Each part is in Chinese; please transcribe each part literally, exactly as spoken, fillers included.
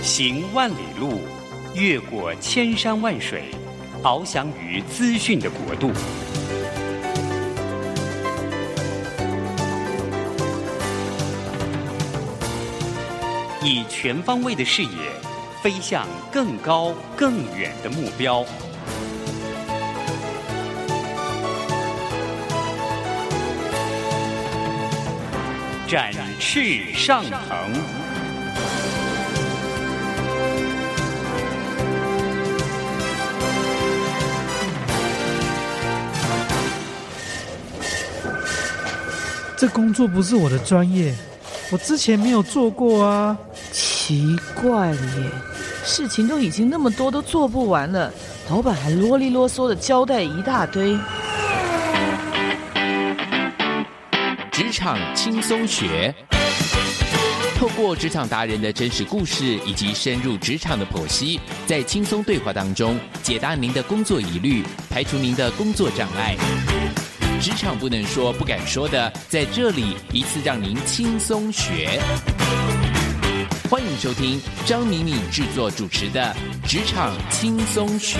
行万里路，越过千山万水，翱翔于资讯的国度。以全方位的视野，飞向更高更远的目标。展翅上腾。 这工作不是我的专业，我之前没有做过啊。 奇怪了耶，事情都已经那么多，都做不完了，老板还啰里啰嗦的交代一大堆。 职场轻松学，透过职场达人的真实故事以及深入职场的剖析，在轻松对话当中解答您的工作疑虑，排除您的工作障碍。职场不能说不敢说的，在这里一次让您轻松学。欢迎收听张敏敏制作主持的《职场轻松学》。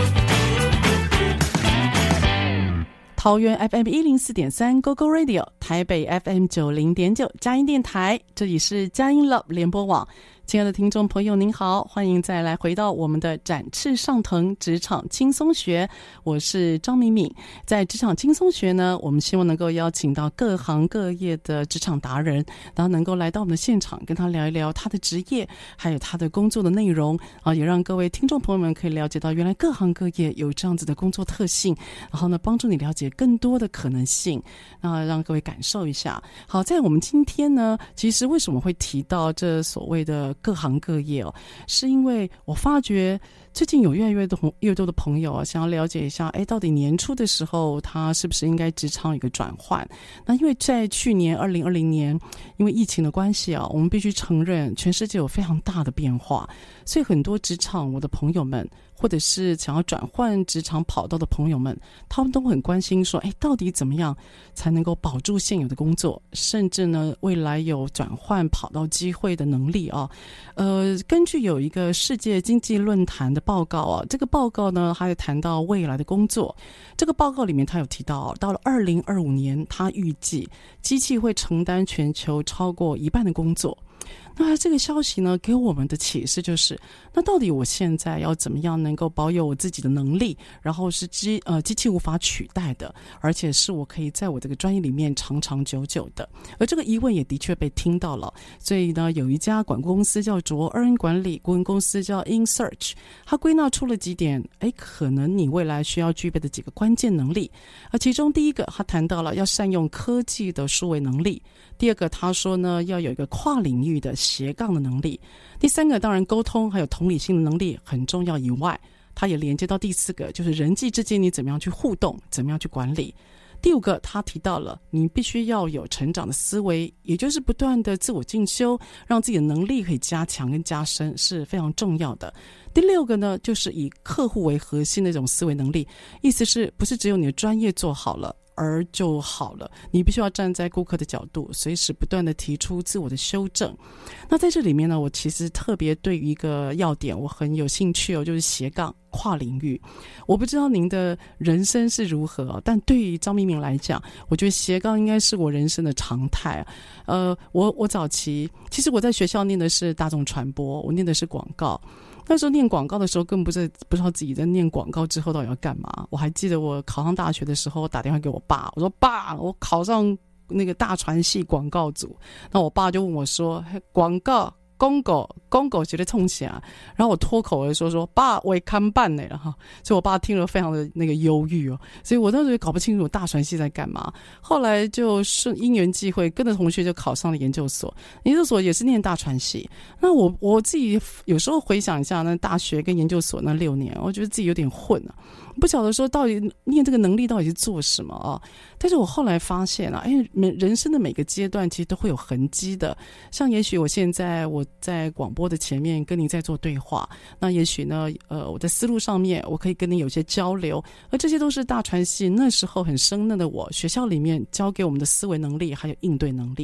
桃园 F M 一零四点三 Go Go Radio， 台北 F M 九零点九佳音电台，这里是佳音 Love 联播网。亲爱的听众朋友您好，欢迎再来回到我们的展翅上腾职场轻松学，我是张敏敏。在职场轻松学呢，我们希望能够邀请到各行各业的职场达人，然后能够来到我们的现场，跟他聊一聊他的职业还有他的工作的内容啊，也让各位听众朋友们可以了解到原来各行各业有这样子的工作特性，然后呢帮助你了解更多的可能性，那让各位感受一下。好，在我们今天呢，其实为什么会提到这所谓的各行各业哦，是因为我发觉最近有越来越多越多的朋友啊，想要了解一下，哎，到底年初的时候他是不是应该职场有一个转换？那因为在去年二零二零年，因为疫情的关系啊，我们必须承认全世界有非常大的变化，所以很多职场我的朋友们，或者是想要转换职场跑道的朋友们，他们都很关心说，哎，到底怎么样才能够保住现有的工作，甚至呢未来有转换跑道机会的能力啊？呃，根据有一个世界经济论坛的报告啊，这个报告呢，还有谈到未来的工作。这个报告里面，他有提到，到了二零二五年，他预计机器会承担全球超过一半的工作。那这个消息呢，给我们的启示就是，那到底我现在要怎么样能够保有我自己的能力，然后是机呃机器无法取代的，而且是我可以在我这个专业里面长长久久的。而这个疑问也的确被听到了，所以呢，有一家管顾公司叫卓恩管理，顾问公司叫 InSearch， 它归纳出了几点，哎，可能你未来需要具备的几个关键能力。而其中第一个，他谈到了要善用科技的数位能力；第二个，他说呢，要有一个跨领域的斜杠的能力；第三个，当然沟通还有同理心的能力很重要以外，它也连接到第四个，就是人际之间你怎么样去互动，怎么样去管理。第五个，他提到了你必须要有成长的思维，也就是不断的自我进修，让自己的能力可以加强跟加深，是非常重要的。第六个呢，就是以客户为核心的一种思维能力，意思是不是只有你的专业做好了而就好了，你必须要站在顾客的角度，随时不断的提出自我的修正。那在这里面呢，我其实特别对于一个要点我很有兴趣哦，就是斜杠跨领域。我不知道您的人生是如何哦，但对于张敏敏来讲，我觉得斜杠应该是我人生的常态。呃，我我早期其实我在学校念的是大众传播，我念的是广告。那时候念广告的时候，更不是不知道自己在念广告之后到底要干嘛。我还记得我考上大学的时候，我打电话给我爸，我说爸，我考上那个大传系广告组。那我爸就问我说，广告公狗公狗觉得冲起来，然后我脱口而说说爸，我也看办呢了哈，所以我爸听了非常的那个忧郁哦，所以我当时也搞不清楚大传系在干嘛。后来就顺因缘际会，跟着同学就考上了研究所，研究所也是念大传系。那我我自己有时候回想一下，那大学跟研究所那六年，我觉得自己有点混啊，不晓得说到底念这个能力到底是做什么啊？但是我后来发现啊，哎，人生的每个阶段其实都会有痕迹的。像也许我现在我在广播的前面跟你在做对话，那也许呢，呃，我在思路上面我可以跟你有些交流，而这些都是大传系那时候很生嫩的我学校里面教给我们的思维能力还有应对能力。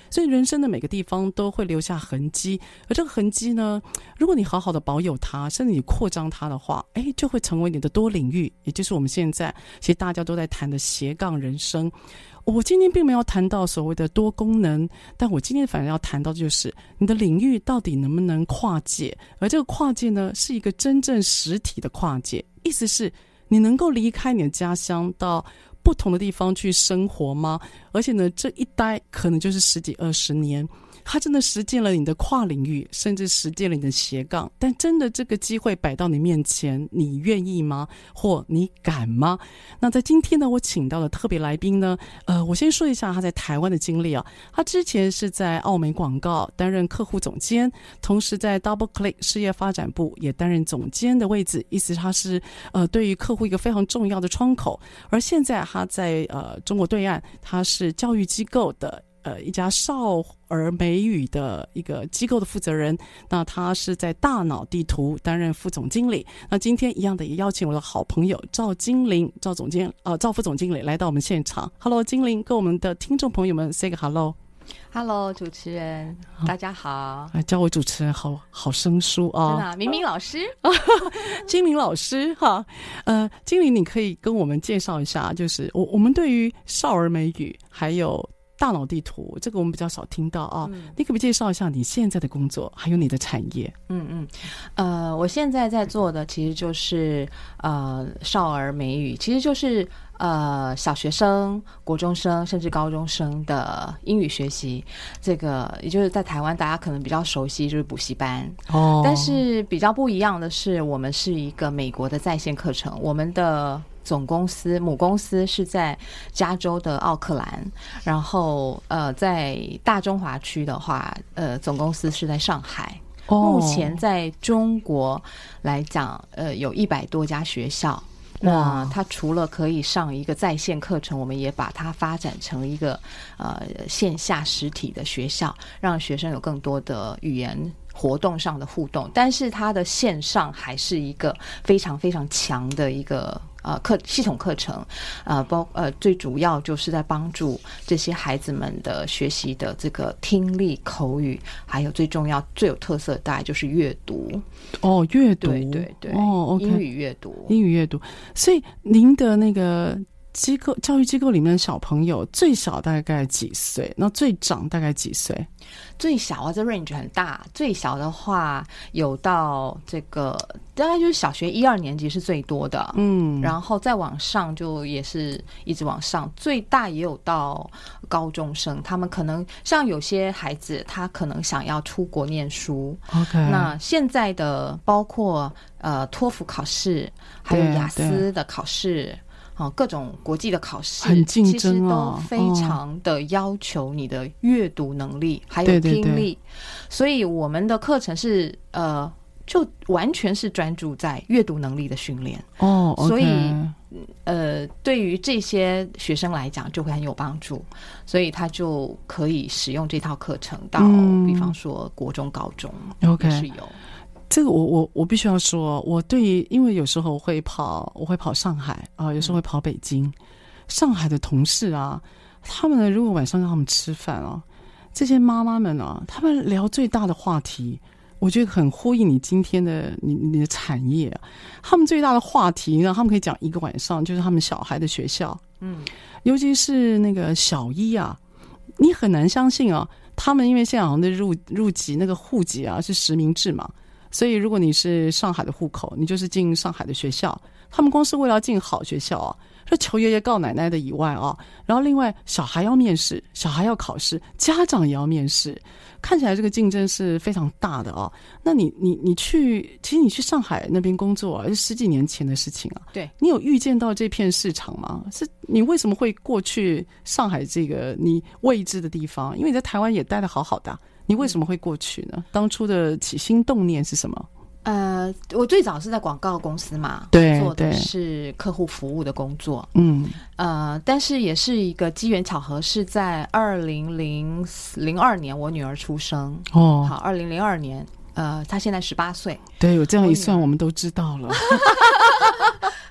所以人生的每个地方都会留下痕迹，而这个痕迹呢，如果你好好的保有它，甚至你扩张它的话，哎，就会成为你的多领域，也就是我们现在其实大家都在谈的斜杠人生。我今天并没有谈到所谓的多功能，但我今天反而要谈到的就是你的领域到底能不能跨界，而这个跨界呢，是一个真正实体的跨界，意思是你能够离开你的家乡到不同的地方去生活吗？而且呢，这一待可能就是十几二十年，他真的实践了你的跨领域，甚至实践了你的斜杠，但真的这个机会摆到你面前，你愿意吗？或你敢吗？那在今天呢，我请到的特别来宾呢，呃，我先说一下他在台湾的经历啊。他之前是在奥美广告担任客户总监，同时在 Double Click 事业发展部也担任总监的位置，意思他是呃对于客户一个非常重要的窗口。而现在他在呃中国对岸，他是教育机构的呃一家少儿美语的一个机构的负责人，那他是在大脑地图担任副总经理。那今天一样的也邀请我的好朋友赵金玲赵总监呃赵副总经理来到我们现场。 Hello 金玲，跟我们的听众朋友们 say 个 hello。 Hello 主持人大家好。 叫我主持人好好生疏啊、哦， 真的、啊、明明老师金玲老师哈。呃金玲，你可以跟我们介绍一下，就是我我们对于少儿美语还有大脑地图，这个我们比较少听到啊、嗯。你可不可以介绍一下你现在的工作，还有你的产业？ 嗯嗯，呃，我现在在做的其实就是呃少儿美语，其实就是呃小学生、国中生甚至高中生的英语学习。这个也就是在台湾大家可能比较熟悉就是补习班哦，但是比较不一样的是，我们是一个美国的在线课程，我们的总公司母公司是在加州的奥克兰，然后呃在大中华区的话，呃总公司是在上海。目前在中国来讲，呃有一百多家学校。那它除了可以上一个在线课程，我们也把它发展成一个呃线下实体的学校，让学生有更多的语言活动上的互动，但是它的线上还是一个非常非常强的一个呃课系统课程，呃包呃最主要就是在帮助这些孩子们的学习的这个听力、口语，还有最重要最有特色的大概就是阅读。 哦，阅读， 对对对， 哦 ，OK， 英语阅读， 英语阅读。所以您的那个机构教育机构里面的小朋友最小大概几岁？那最长大概几岁？ 最小啊，这 range 很大。最小的话有到这个大概就是小学一二年级是最多的，嗯，然后再往上就也是一直往上，最大也有到高中生。他们可能像有些孩子，他可能想要出国念书 ，OK， 那现在的包括呃托福考试，还有雅思的考试。哦，各种国际的考试很竞争、哦、 其实都非常的要求你的阅读能力、哦、还有听力，对对对，所以我们的课程是呃，就完全是专注在阅读能力的训练哦， okay， 所以呃，对于这些学生来讲就会很有帮助，所以他就可以使用这套课程到、嗯、比方说国中、高中 ，OK， 是有。 这个我我我必须要说，我对于因为有时候我会跑我会跑上海啊、呃，有时候会跑北京、嗯，上海的同事啊，他们呢如果晚上让他们吃饭啊，这些妈妈们啊，他们聊最大的话题，我觉得很呼应你今天的你你的产业啊，他们最大的话题呢，他们可以讲一个晚上，就是他们小孩的学校，嗯，尤其是那个小一啊，你很难相信啊，他们因为现在好像的入入籍那个户籍啊是实名制嘛。所以如果你是上海的户口，你就是进上海的学校，他们光是为了要进好学校啊，这求爷爷告奶奶的以外啊，然后另外小孩要面试，小孩要考试，家长也要面试，看起来这个竞争是非常大的啊。那你你你去，其实你去上海那边工作啊，是十几年前的事情啊。 对，你有预见到这片市场吗？是你为什么会过去上海这个你未知的地方？因为你在台湾也待得好好的、啊。你为什么会过去呢？当初的起心动念是什么？ 呃，我最早是在广告公司嘛， 对， 做的是客户服务的工作， 嗯， 呃，但是也是一个机缘巧合，是在二零零零二年我女儿出生哦，好，二零零二年，呃，她现在十八岁， 对，我这样一算，我们都知道了。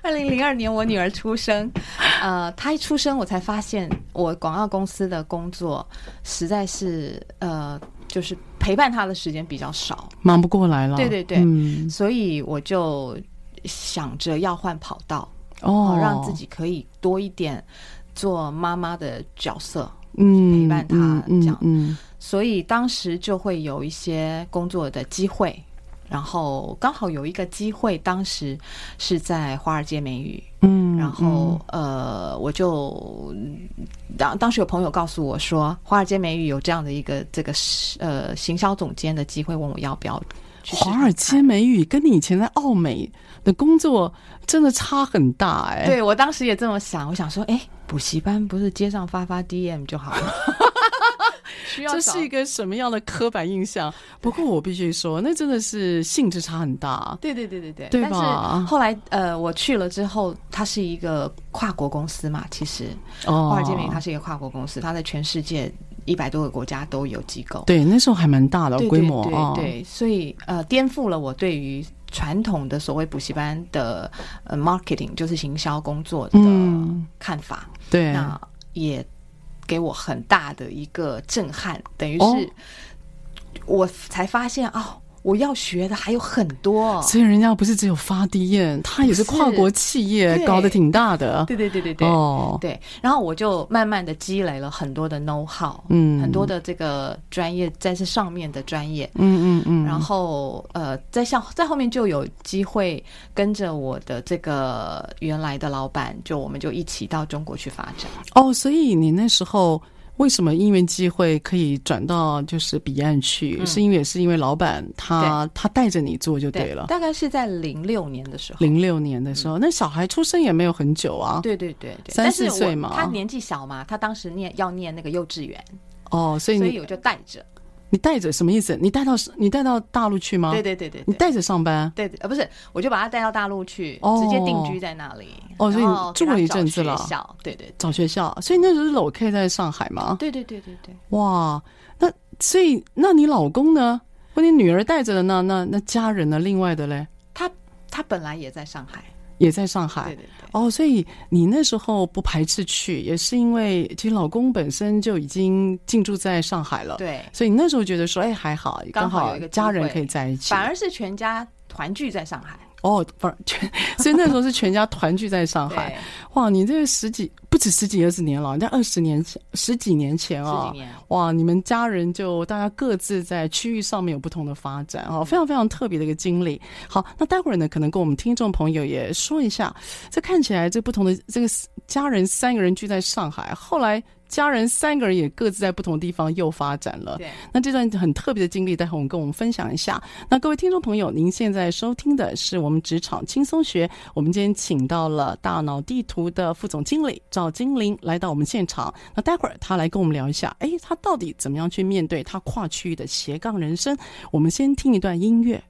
二零零二年我女儿出生，呃，她一出生我才发现我广告公司的工作实在是呃，就是陪伴她的时间比较少， 忙不过来了。 对对对， 嗯， 所以我就想着要换跑道， 哦， 让自己可以多一点做妈妈的角色， 嗯， 陪伴她这样。 嗯，嗯所以当时就会有一些工作的机会。然后刚好有一个机会，当时是在华尔街美语， 嗯， 然后、嗯、呃，我就当当时有朋友告诉我说，华尔街美语有这样的一个这个呃行销总监的机会，问我要不要去试试看。 华尔街美语跟你以前在奥美的工作真的差很大哎、欸。 对，我当时也这么想，我想说，哎，补习班不是街上发发 D M 就好了。 这是一个什么样的刻板印象？不过我必须说，那真的是性质差很大。 对对对对对， 对吧？ 但是后来呃，我去了之后，它是一个跨国公司嘛，其实哦， 华尔街美语它是一个跨国公司，它在全世界一百多个国家都有机构。 对，那时候还蛮大的对规模， 对对对，所以呃，颠覆了我对于传统的所谓补习班的呃 marketing 就是行销工作的看法。 嗯、对， 那也给我很大的一个震撼，等于是我才发现哦，我要学的还有很多。 所以人家不是只有发 D M， 他也是跨国企业，搞得挺大的。 对对对对对，哦，对。然后我就慢慢的积累了很多的 know how， 嗯，很多的这个专业在这上面的专业， 嗯嗯嗯。 然后呃，在像在后面就有机会跟着我的这个原来的老板，就我们就一起到中国去发展。 哦，所以你那时候。为什么因缘机会可以转到就是彼岸去？嗯、是因为也是因为老板他他带着你做就对了。 对大概是在零六年的时候。 零六年的时候，嗯、那小孩出生也没有很久啊。 对对对对， 三四岁嘛。 他年纪小嘛，他当时念要念那个幼稚园。 哦，所以你所以我就带着。 你带着什么意思？你带到你带到大陆去吗？ 对对对 对, 对， 你带着上班？ 对对，呃，不是，我就把他带到大陆去，哦、直接定居在那里。 哦，所以你住了一阵子了。 对对， 找学校，所以那时候是老 K 在上海吗？ 对对对对对。 哇，那所以那你老公呢？或你女儿带着的那那那家人呢？另外的嘞？ 他他本来也在上海。 也在上海， 对对对。 哦，所以你那时候不排斥去，也是因为其实老公本身就已经进驻在上海了， 对， 所以你那时候觉得说，哎，还好，刚好有一个家人可以在一起， 反而是全家团聚在上海。 哦，不是全，所以那时候是全家团聚在上海。哇，你这个十几不止十几二十年了，在二十年前十几年前啊， 十几年哇，你们家人就大家各自在区域上面有不同的发展啊，非常非常特别的一个经历。好，那待会儿呢，可能跟我们听众朋友也说一下，这看起来这不同的这个家人三个人聚在上海，后来。家人三个人也各自在不同的地方又发展了。 对， 那这段很特别的经历，待会我们跟我们分享一下。那各位听众朋友，您现在收听的是我们职场轻松学，我们今天请到了大脑地图的副总经理赵金玲来到我们现场。那待会儿他来跟我们聊一下，哎，他到底怎么样去面对他跨区域的斜杠人生？我们先听一段音乐。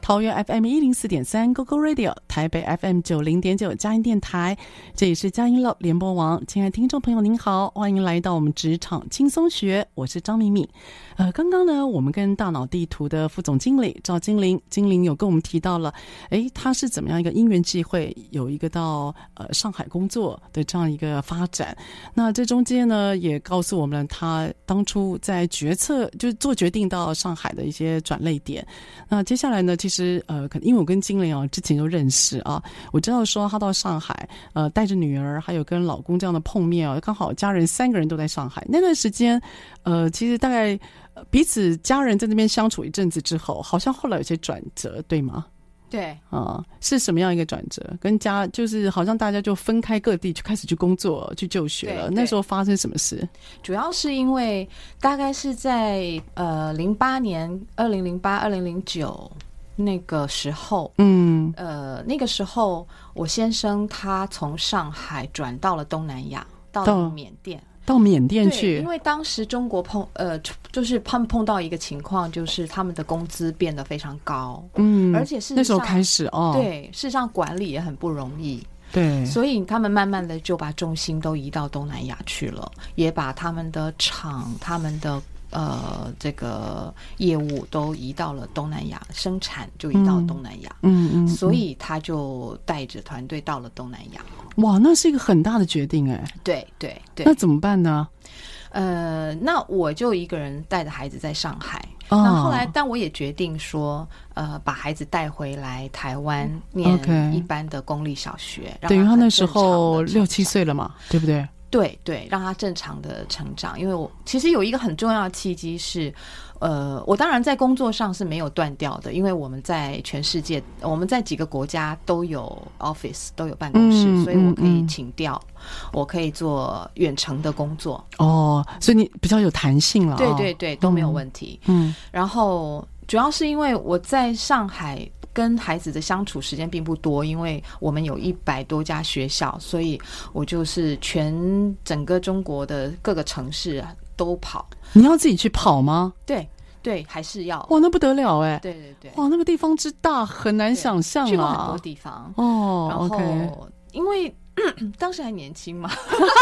桃园 F M 一零四点三 Go Go Radio， 台北 F M 九零点九佳音电台，这里是佳音 Love 联播网。亲爱的听众朋友您好，欢迎来到我们职场轻松学，我是张敏敏。呃，刚刚呢，我们跟大脑地图的副总经理赵金玲，金玲有跟我们提到了，诶，他是怎么样一个因缘际会，有一个到呃上海工作的这样一个发展。那这中间呢，也告诉我们他当初在决策，就是做决定到上海的一些转捩点。那接下来呢，其实呃，可能因为我跟金玲啊之前就认识啊，我知道说他到上海，呃，带着女儿还有跟老公这样的碰面啊，刚好家人三个人都在上海那段时间，呃，其实大概。彼此家人在那边相处一阵子之后，好像后来有些转折，对吗？ 对啊、呃，是什么样一个转折？跟家就是好像大家就分开各地，就开始去工作、去就学了。那时候发生什么事？ 主要是因为大概是在呃零八年、二零零八、二零零九那个时候， 嗯， 呃，那个时候我先生他从上海转到了东南亚，到了缅甸。 到缅甸去， 因为当时中国碰呃，就是他们碰到一个情况，就是他们的工资变得非常高， 嗯， 而且事实上那时候开始哦， 对，事实上管理也很不容易， 对， 所以他们慢慢的就把重心都移到东南亚去了，也把他们的厂、他们的呃这个业务都移到了东南亚，生产就移到了东南亚， 嗯 嗯, 嗯， 所以他就带着团队到了东南亚。 哇，那是一个很大的决定哎。 对对对。 那怎么办呢？ 呃，那我就一个人带着孩子在上海。 哦、 那后来，但我也决定说，呃，把孩子带回来台湾念一般的公立小学， 等于他那时候六七岁了嘛，对不对？ 对对，让他正常的成长。因为我其实有一个很重要的契机是，呃，我当然在工作上是没有断掉的，因为我们在全世界，我们在几个国家都有 office， 都有办公室，嗯、所以我可以请调，嗯、我可以做远程的工作。 哦，所以你比较有弹性了、哦。 对对对，都没有问题。 嗯， 然后主要是因为我在上海跟孩子的相处时间并不多，因为我们有一百多家学校，所以我就是全整个中国的各个城市都跑。 你要自己去跑吗？ 对对，还是要。 哇，那不得了哎！ 对对对， 哇，那个地方之大，很难想象啊。 去过很多地方哦。 然后 OK， 因为当时还年轻嘛，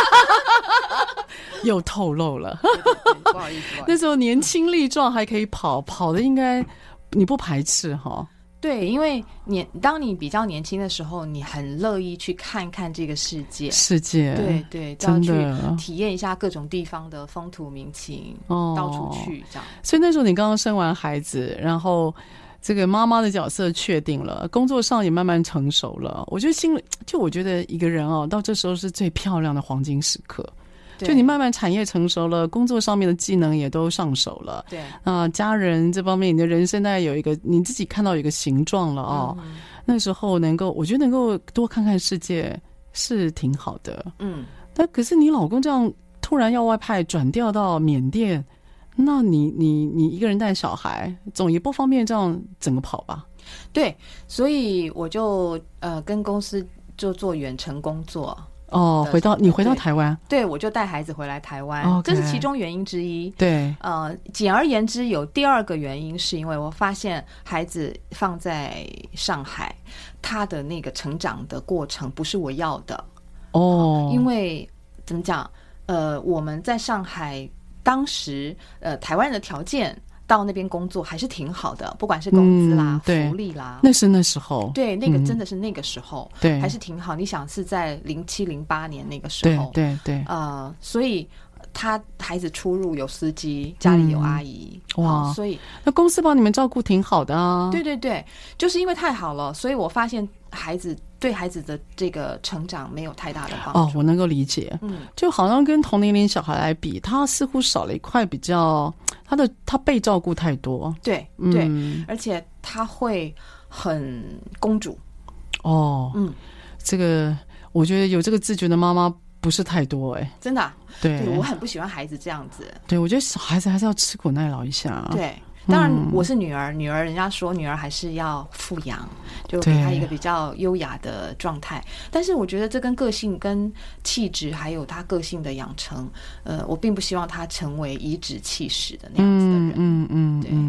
又透露了。 对对对，不好意思，不好意思， 那时候年轻力壮，还可以跑，跑的应该你不排斥哈。 对，因为年当你比较年轻的时候，你很乐意去看看这个世界， 世界， 对对，真的要去体验一下各种地方的风土民情，哦，到处去这样。 所以那时候你刚刚生完孩子，然后这个妈妈的角色确定了，工作上也慢慢成熟了。我觉得心里，就我觉得一个人哦，到这时候是最漂亮的黄金时刻。就你慢慢产业成熟了，工作上面的技能也都上手了， 对啊、呃，家人这方面，你的人生大概有一个你自己看到有一个形状了哦。嗯、那时候能够，我觉得能够多看看世界是挺好的。 嗯， 但可是你老公这样突然要外派转调到缅甸，那你你你一个人带小孩，总也不方便这样整个跑吧？ 对，所以我就呃跟公司就做远程工作。 哦，回到你回到台湾， 对，我就带孩子回来台湾， okay, 这是其中原因之一。 对， 呃，简而言之，有第二个原因，是因为我发现孩子放在上海，他的那个成长的过程不是我要的。 哦， 因为怎么讲？呃，我们在上海当时，呃，台湾人的条件。到那边工作还是挺好的，不管是工资啦、嗯、福利啦， 那是那时候， 对，那个真的是那个时候， 对、嗯， 还是挺好。你想是在零七零八年那个时候， 对对对， 呃，所以他孩子出入有司机，家里有阿姨， 嗯、哇， 所以那公司把你们照顾挺好的啊。 对对对，就是因为太好了，所以我发现孩子。对孩子的这个成长没有太大的帮助。 哦，我能够理解。 嗯， 就好像跟同龄龄小孩来比，他似乎少了一块比较，他的他被照顾太多。 对对、嗯，而且他会很公主。 哦， 嗯， 这个我觉得有这个自觉的妈妈不是太多哎、欸， 真的、啊。 对， 对，我很不喜欢孩子这样子。 对，我觉得小孩子还是要吃苦耐劳一下。 对。当然我是女儿、嗯、女儿人家说女儿还是要富养，就给她一个比较优雅的状态，但是我觉得这跟个性跟气质还有她个性的养成，呃，我并不希望她成为颐指气使的那样子的人。 嗯嗯嗯，对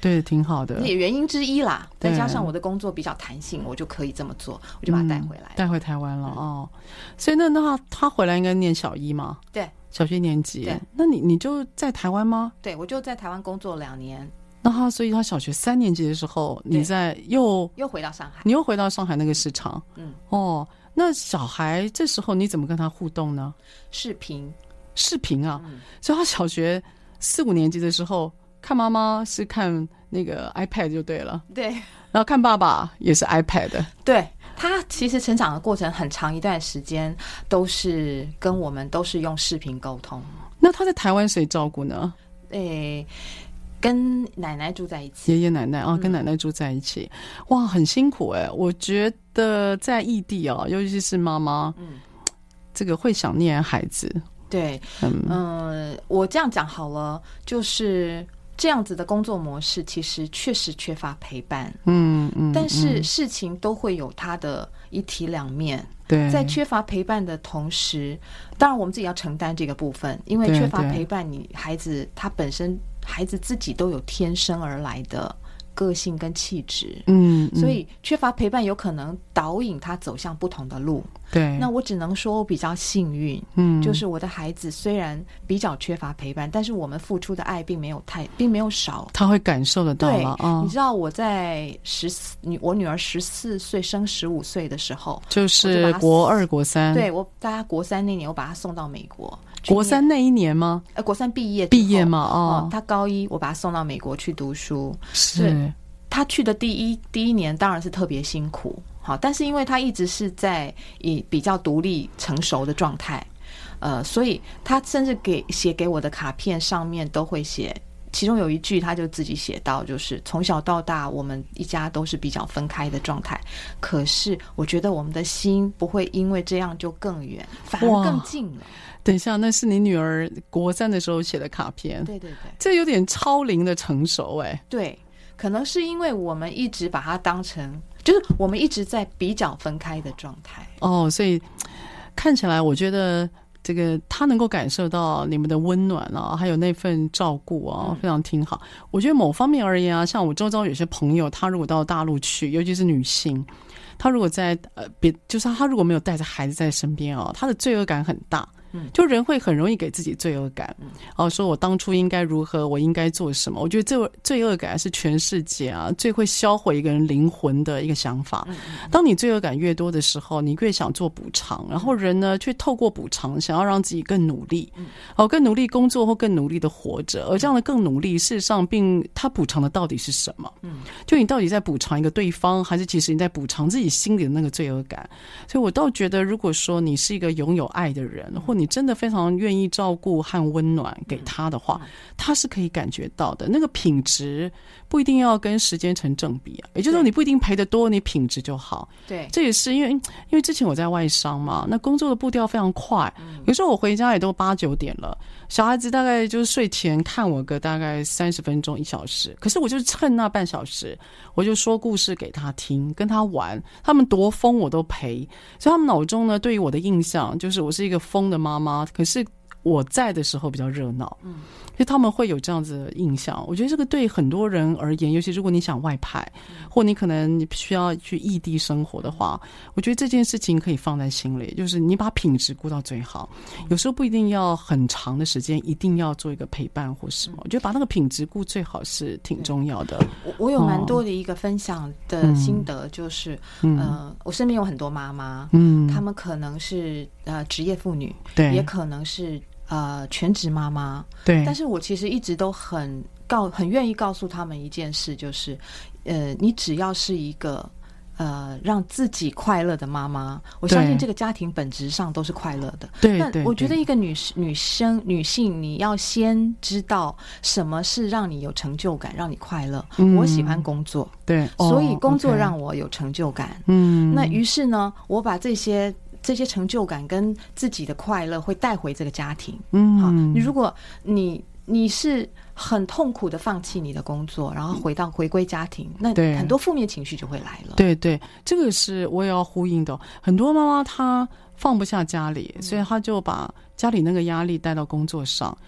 对，挺好的， 也原因之一啦。再加上我的工作比较弹性，我就可以这么做，我就把他带回来了、 嗯、带回台湾了、嗯、哦。所以那那他回来应该念小一吗？ 对， 小学年级。 对， 那你你就在台湾吗？ 对，我就在台湾工作两年。 那他所以他小学三年级的时候，你在又又回到上海， 你又回到上海那个市场。 嗯， 哦，那小孩这时候你怎么跟他互动呢？ 视频， 视频啊、 嗯， 所以他小学四五年级的时候，看妈妈是看那个 iPad 就对了， 对， 然后看爸爸也是 iPad。 对，他其实成长的过程很长一段时间都是跟我们都是用视频沟通。 那他在台湾谁照顾呢？ 诶。跟奶奶住在一起， 爷爷奶奶啊，跟奶奶住在一起，嗯、哇，很辛苦哎、欸。我觉得在异地啊，尤其是妈妈，嗯，这个会想念孩子。 对，嗯、呃，我这样讲好了，就是这样子的工作模式，其实确实缺乏陪伴。嗯嗯，但是事情都会有它的一体两面。 对， 在缺乏陪伴的同时，当然我们自己要承担这个部分，因为缺乏陪伴，你孩子他本身。孩子自己都有天生而来的个性跟气质，嗯，所以缺乏陪伴有可能导引他走向不同的路。 对， 那我只能说我比较幸运，嗯，就是我的孩子虽然比较缺乏陪伴，但是我们付出的爱并没有太，并没有少， 他会感受得到了。 对、哦，你知道我在十四，我女儿十四岁升十五岁的时候， 就是国二、国三， 对我大家国三那年，我把她送到美国。 国三那一年吗？ 呃，国三毕业毕业嘛，哦， 哦，他高一，我把他送到美国去读书。 是， 他去的第一第一年当然是特别辛苦，好，但是因为他一直是在以比较独立成熟的状态，呃，所以他甚至给写给我的卡片上面都会写。其中有一句他就自己写到，就是从小到大我们一家都是比较分开的状态，可是我觉得我们的心不会因为这样就更远，反而更近了。 等一下，那是你女儿国三的时候写的卡片。 对对对， 这有点超龄的成熟哎。 对，可能是因为我们一直把它当成，就是我们一直在比较分开的状态。 哦，所以看起来我觉得这个他能够感受到你们的温暖啊，还有那份照顾啊，非常挺好。我觉得某方面而言啊，像我周遭有些朋友，他如果到大陆去，尤其是女性，他如果在呃别，就是他如果没有带着孩子在身边啊，他的罪恶感很大。就人会很容易给自己罪恶感，哦，说我当初应该如何，我应该做什么。我觉得这罪恶感是全世界啊最会销毁一个人灵魂的一个想法。当你罪恶感越多的时候，你越想做补偿，然后人呢却透过补偿想要让自己更努力，哦，更努力工作或更努力的活着。而这样的更努力，事实上并他补偿的到底是什么？就你到底在补偿一个对方，还是其实你在补偿自己心里的那个罪恶感？所以我倒觉得，如果说你是一个拥有爱的人，或你真的非常愿意照顾和温暖给他的话，他是可以感觉到的。那个品质不一定要跟时间成正比啊，也就是说你不一定赔得多，你品质就好。 对， 这也是因为因为之前我在外商嘛，那工作的步调非常快，有时候我回家也都八九点了，小孩子大概就是睡前看我个大概三十分钟一小时，可是我就趁那半小时，我就说故事给他听，跟他玩，他们多疯我都陪，所以他们脑中呢对于我的印象就是我是一个疯的妈妈，可是我在的时候比较热闹，嗯，所以他们会有这样子的印象。我觉得这个对很多人而言，尤其如果你想外派，或你可能需要去异地生活的话，我觉得这件事情可以放在心里，就是你把品质顾到最好。有时候不一定要很长的时间，一定要做一个陪伴或什么，我觉得把那个品质顾最好是挺重要的。 我我有蛮多的一个分享的心得，就是、嗯、呃，我身边有很多妈妈，嗯，她们可能是呃职业妇女， 对， 也可能是呃全职妈妈， 对， 但是我其实一直都很告很愿意告诉他们一件事，就是呃你只要是一个呃让自己快乐的妈妈，我相信这个家庭本质上都是快乐的。 对， 但我觉得一个女女生女性，你要先知道什么是让你有成就感，让你快乐。嗯、我喜欢工作， 对， 所以工作让我有成就感。嗯，那于是呢，我把这些。这些成就感跟自己的快乐会带回这个家庭。嗯，好，你如果你你是很痛苦的放弃你的工作，然后回到回归家庭，那很多负面情绪就会来了。 对对，这个是我也要呼应的。很多妈妈她放不下家里，所以她就把家里那个压力带到工作上。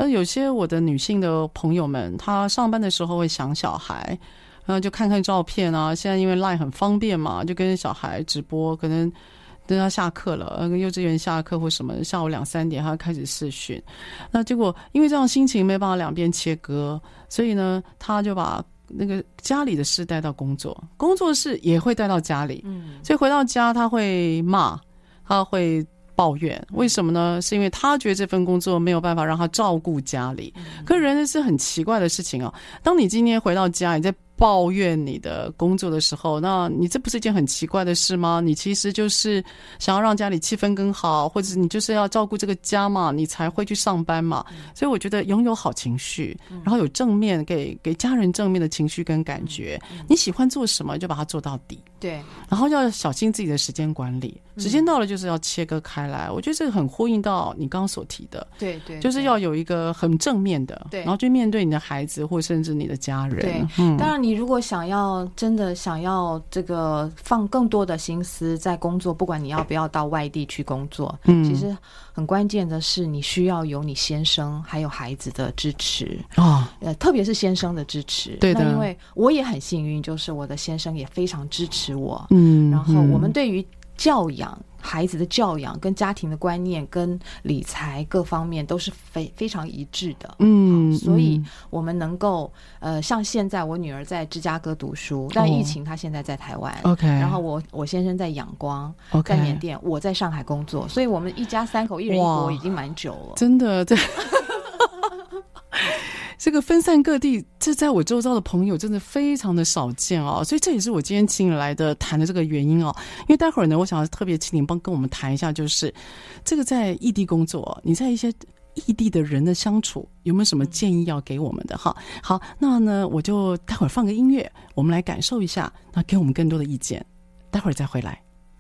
那有些我的女性的朋友们，她上班的时候会想小孩，然后就看看照片啊。现在因为 LINE 很方便嘛，就跟小孩直播，可能等他下课了，呃，幼稚园下课或什么，下午两三点他开始视讯。那结果因为这样心情没办法两边切割，所以呢，他就把那个家里的事带到工作，工作室也会带到家里。嗯，所以回到家他会骂，他会抱怨，为什么呢？是因为他觉得这份工作没有办法让他照顾家里。可是人是很奇怪的事情哦。当你今天回到家，你在抱怨你的工作的时候，那你这不是一件很奇怪的事吗？你其实就是想要让家里气氛更好，或者你就是要照顾这个家嘛，你才会去上班嘛。所以我觉得拥有好情绪，然后有正面给给家人正面的情绪跟感觉，你喜欢做什么就把它做到底。 对， 然后要小心自己的时间管理，时间到了就是要切割开来。我觉得这个很呼应到你刚刚所提的， 对对， 就是要有一个很正面的， 对， 然后去面对你的孩子或甚至你的家人。 对，嗯，当然你如果想要真的想要这个放更多的心思在工作，不管你要不要到外地去工作，嗯，其实很关键的是你需要有你先生还有孩子的支持啊，呃，特别是先生的支持。 对的， 那因为我也很幸运，就是我的先生也非常支持我， 嗯， 然后我们对于教养孩子的教养跟家庭的观念跟理财各方面都是非非常一致的， 嗯， 所以我们能够呃，像现在我女儿在芝加哥读书，但疫情她现在在台湾 ，OK， 然后我我先生在仰光， okay， 在缅甸，我在上海工作，所以我们一家三口一人一国已经蛮久了， 真的，对。这个分散各地，这在我周遭的朋友真的非常的少见哦，所以这也是我今天请你来的谈的这个原因哦。因为待会儿呢，我想要特别请你帮跟我们谈一下，就是这个在异地工作，你在一些异地的人的相处，有没有什么建议要给我们的哈？好，那呢，我就待会儿放个音乐，我们来感受一下，那给我们更多的意见，待会儿再回来。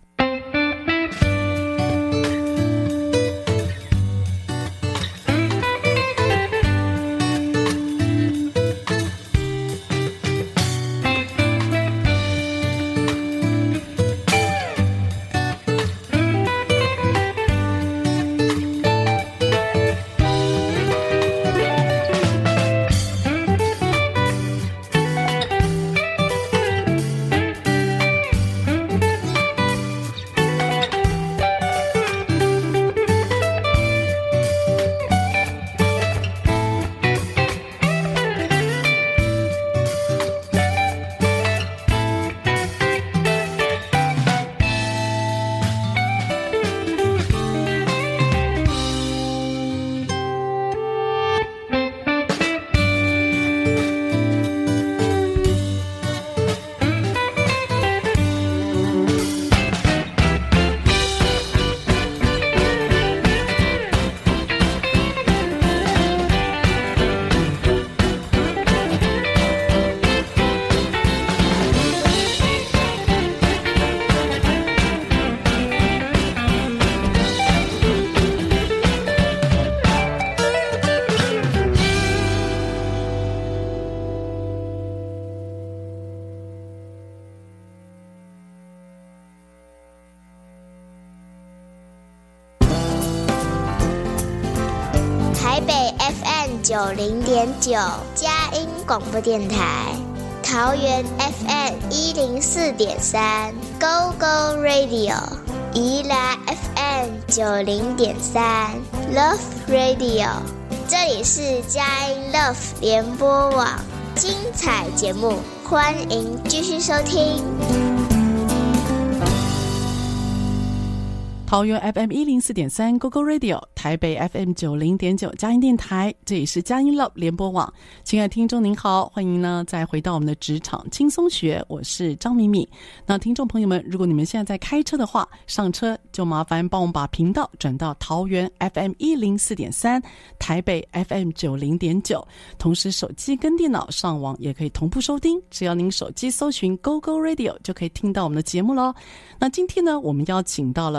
九零点九佳音广播电台，桃园 F M 一零四点三 Go Go Radio， 宜兰 F M 九零点三 Love Radio， 这里是佳音 Love 联播网，精彩节目，欢迎继续收听。 桃园 F M 一零四点三 Go Go Radio， 台北 F M 九零点九佳音电台，这里是佳音 Love 联播网。亲爱的听众您好，欢迎呢再回到我们的职场轻松学，我是张敏敏。那听众朋友们，如果你们现在在开车的话，上车就麻烦帮我们把频道转到桃园 F M 一零四点三，台北 F M 九零点九，同时手机跟电脑上网也可以同步收听，只要您手机搜寻 Go Go Radio 就可以听到我们的节目咯。那今天呢，我们邀请到了大脑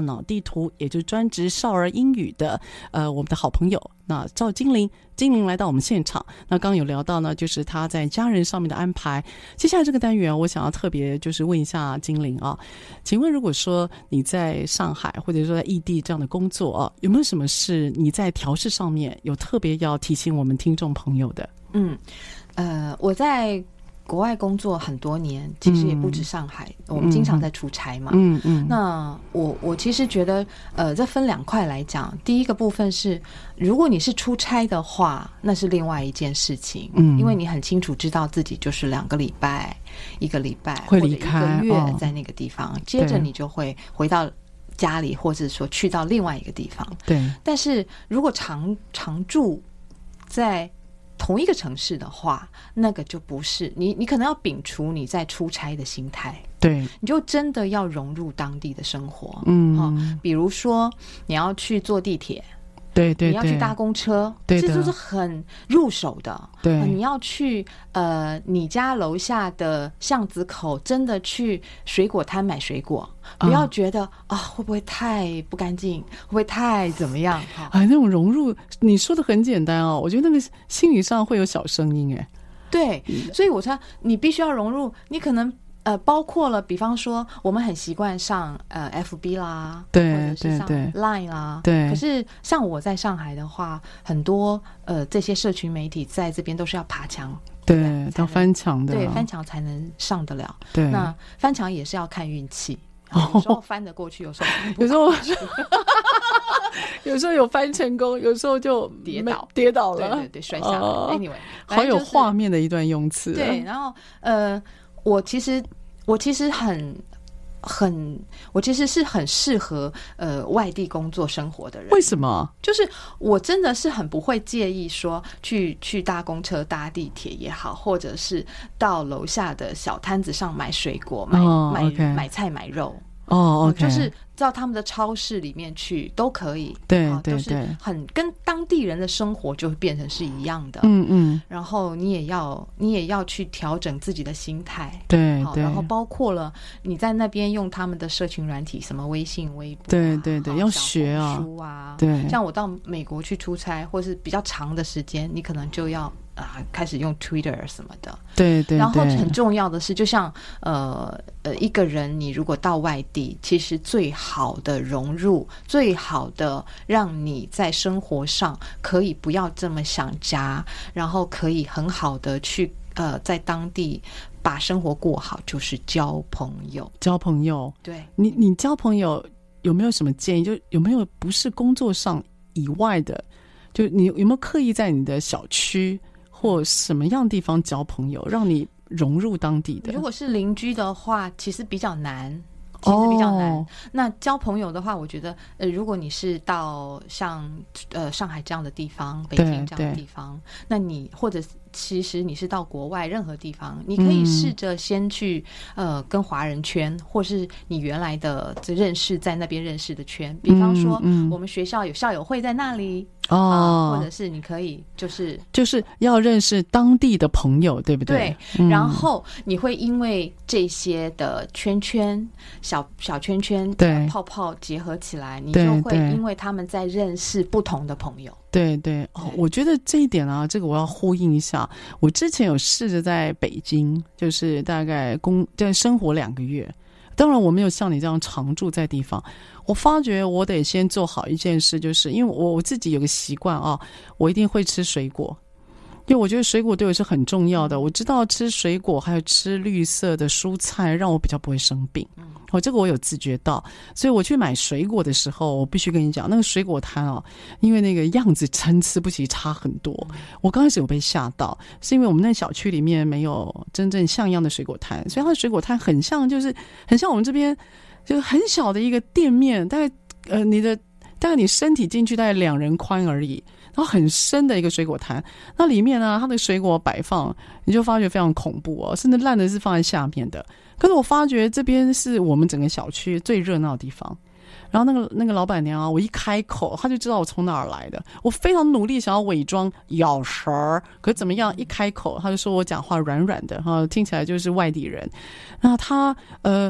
脑地图，也就是专职少儿英语的呃我们的好朋友那赵金玲，金玲来到我们现场。那刚刚有聊到呢，就是她在家人上面的安排。接下来这个单元，我想要特别就是问一下金玲啊，请问如果说你在上海或者说在异地这样的工作啊，有没有什么是你在调试上面有特别要提醒我们听众朋友的？ 嗯，呃，我在国外工作很多年，其实也不止上海，嗯、我们经常在出差嘛。嗯嗯。那我我其实觉得，呃，这分两块来讲。第一个部分是，如果你是出差的话，那是另外一件事情。嗯。因为你很清楚知道自己就是两个礼拜、一个礼拜会离开， 或者一个月在那个地方，哦、接着你就会回到家里，或者说去到另外一个地方。 对。 但是如果常常住在同一个城市的话，那个就不是你，你可能要摒除你在出差的心态， 对， 你就真的要融入当地的生活。嗯、哦，比如说你要去坐地铁， 对对对， 你要去搭公车， 对的， 这就是很入手的。 对、 呃，你要去呃你家楼下的巷子口，真的去水果摊买水果，不要觉得啊、哦、会不会太不干净，会不会太怎么样？ 哎，那种融入，你说的很简单哦，我觉得那个心理上会有小声音哎。 对，所以我说你必须要融入，你可能。呃，包括了，比方说，我们很习惯上呃 F B 啦， 对， 或者是上 Line 啦， 对。 可是像我在上海的话，很多呃这些社群媒体在这边都是要爬墙， 对，要翻墙的， 对，翻墙才能上得了。 对， 那翻墙也是要看运气，有时候翻得过去，有时候翻不有时候有时候有翻成功，有时候就跌倒， 跌倒了， 对对对，摔下来。哦、anyway， 好有画面的一段用词、啊。 对，然后呃。我其实，我其实很很，我其实是很适合呃外地工作生活的人。 为什么？ 就是我真的是很不会介意说去去搭公车、搭地铁也好，或者是到楼下的小摊子上买水果、买、哦、买、okay. 买菜、买肉。 哦、oh, okay. 就是到他们的超市里面去都可以， 对对对， 就是很跟当地人的生活就变成是一样的， 嗯嗯。 然后你也要你也要去调整自己的心态， 对对。 然后包括了你在那边用他们的社群软体，什么微信、微博、啊， 对对对，要学啊， 小红书啊， 对。 像我到美国去出差，或是比较长的时间，你可能就要。啊，开始用 Twitter 什么的， 对 对, 对。 然后很重要的是，就像呃呃，一个人你如果到外地，其实最好的融入，最好的让你在生活上可以不要这么想家，然后可以很好的去呃在当地把生活过好，就是交朋友。 交朋友， 对你你交朋友有没有什么建议？就有没有不是工作上以外的，就你有没有刻意在你的小区？或什么样地方交朋友，让你融入当地的？ 如果是邻居的话，其实比较难，其实比较难。哦、那交朋友的话，我觉得，呃，如果你是到像呃上海这样的地方，北京这样的地方，那你或者其实你是到国外任何地方，你可以试着先去、嗯、呃跟华人圈，或是你原来的认识在那边认识的圈，比方说、嗯嗯、我们学校有校友会在那里。哦、呃，或者是你可以就是就是要认识当地的朋友，对不对？ 对，嗯、然后你会因为这些的圈圈小小圈圈对泡泡结合起来，你就会因为他们在认识不同的朋友。 对对哦，我觉得这一点啊，这个我要呼应一下。我之前有试着在北京，就是大概工在生活两个月。当然我没有像你这样常住在地方，我发觉我得先做好一件事，就是因为我我自己有个习惯啊，我一定会吃水果，因为我觉得水果对我是很重要的。我知道吃水果还有吃绿色的蔬菜让我比较不会生病，哦，这个我有自觉到。所以我去买水果的时候，我必须跟你讲，那个水果摊啊，因为那个样子参差不齐差很多，我刚开始有被吓到，是因为我们那小区里面没有真正像样的水果摊，所以它的水果摊很像，就是很像我们这边就是很小的一个店面，大概呃你的大概你身体进去大概两人宽而已，然后很深的一个水果摊，那里面呢，它的水果摆放，你就发觉非常恐怖哦，甚至烂的是放在下面的。可是我发觉这边是我们整个小区最热闹的地方。然后那个那个老板娘啊，我一开口，她就知道我从哪儿来的。我非常努力想要伪装咬舌儿，可是怎么样？一开口，她就说我讲话软软的，哈，听起来就是外地人。那她呃。